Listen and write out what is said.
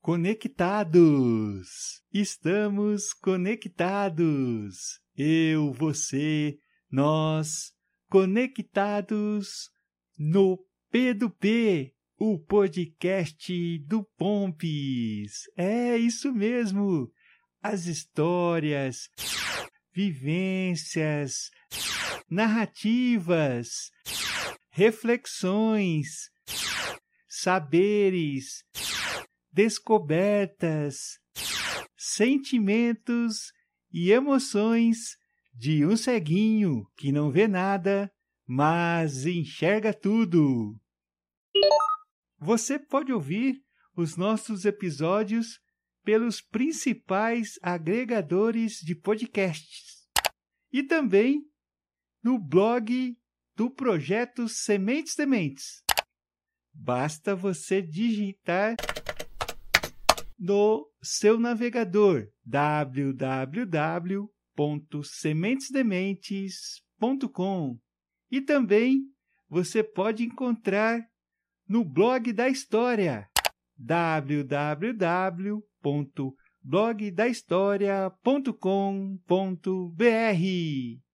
Conectados! Estamos conectados! Eu, você, nós, conectados no P2P, o podcast do Pompis. É isso mesmo! As histórias, vivências, narrativas, reflexões, saberes, descobertas, sentimentos e emoções de um ceguinho que não vê nada, mas enxerga tudo. Você pode ouvir os nossos episódios pelos principais agregadores de podcasts e também no blog do projeto Sementes Dementes. Basta você digitar no seu navegador www.sementesdementes.com e também você pode encontrar no blog da história www.blogdahistoria.com.br.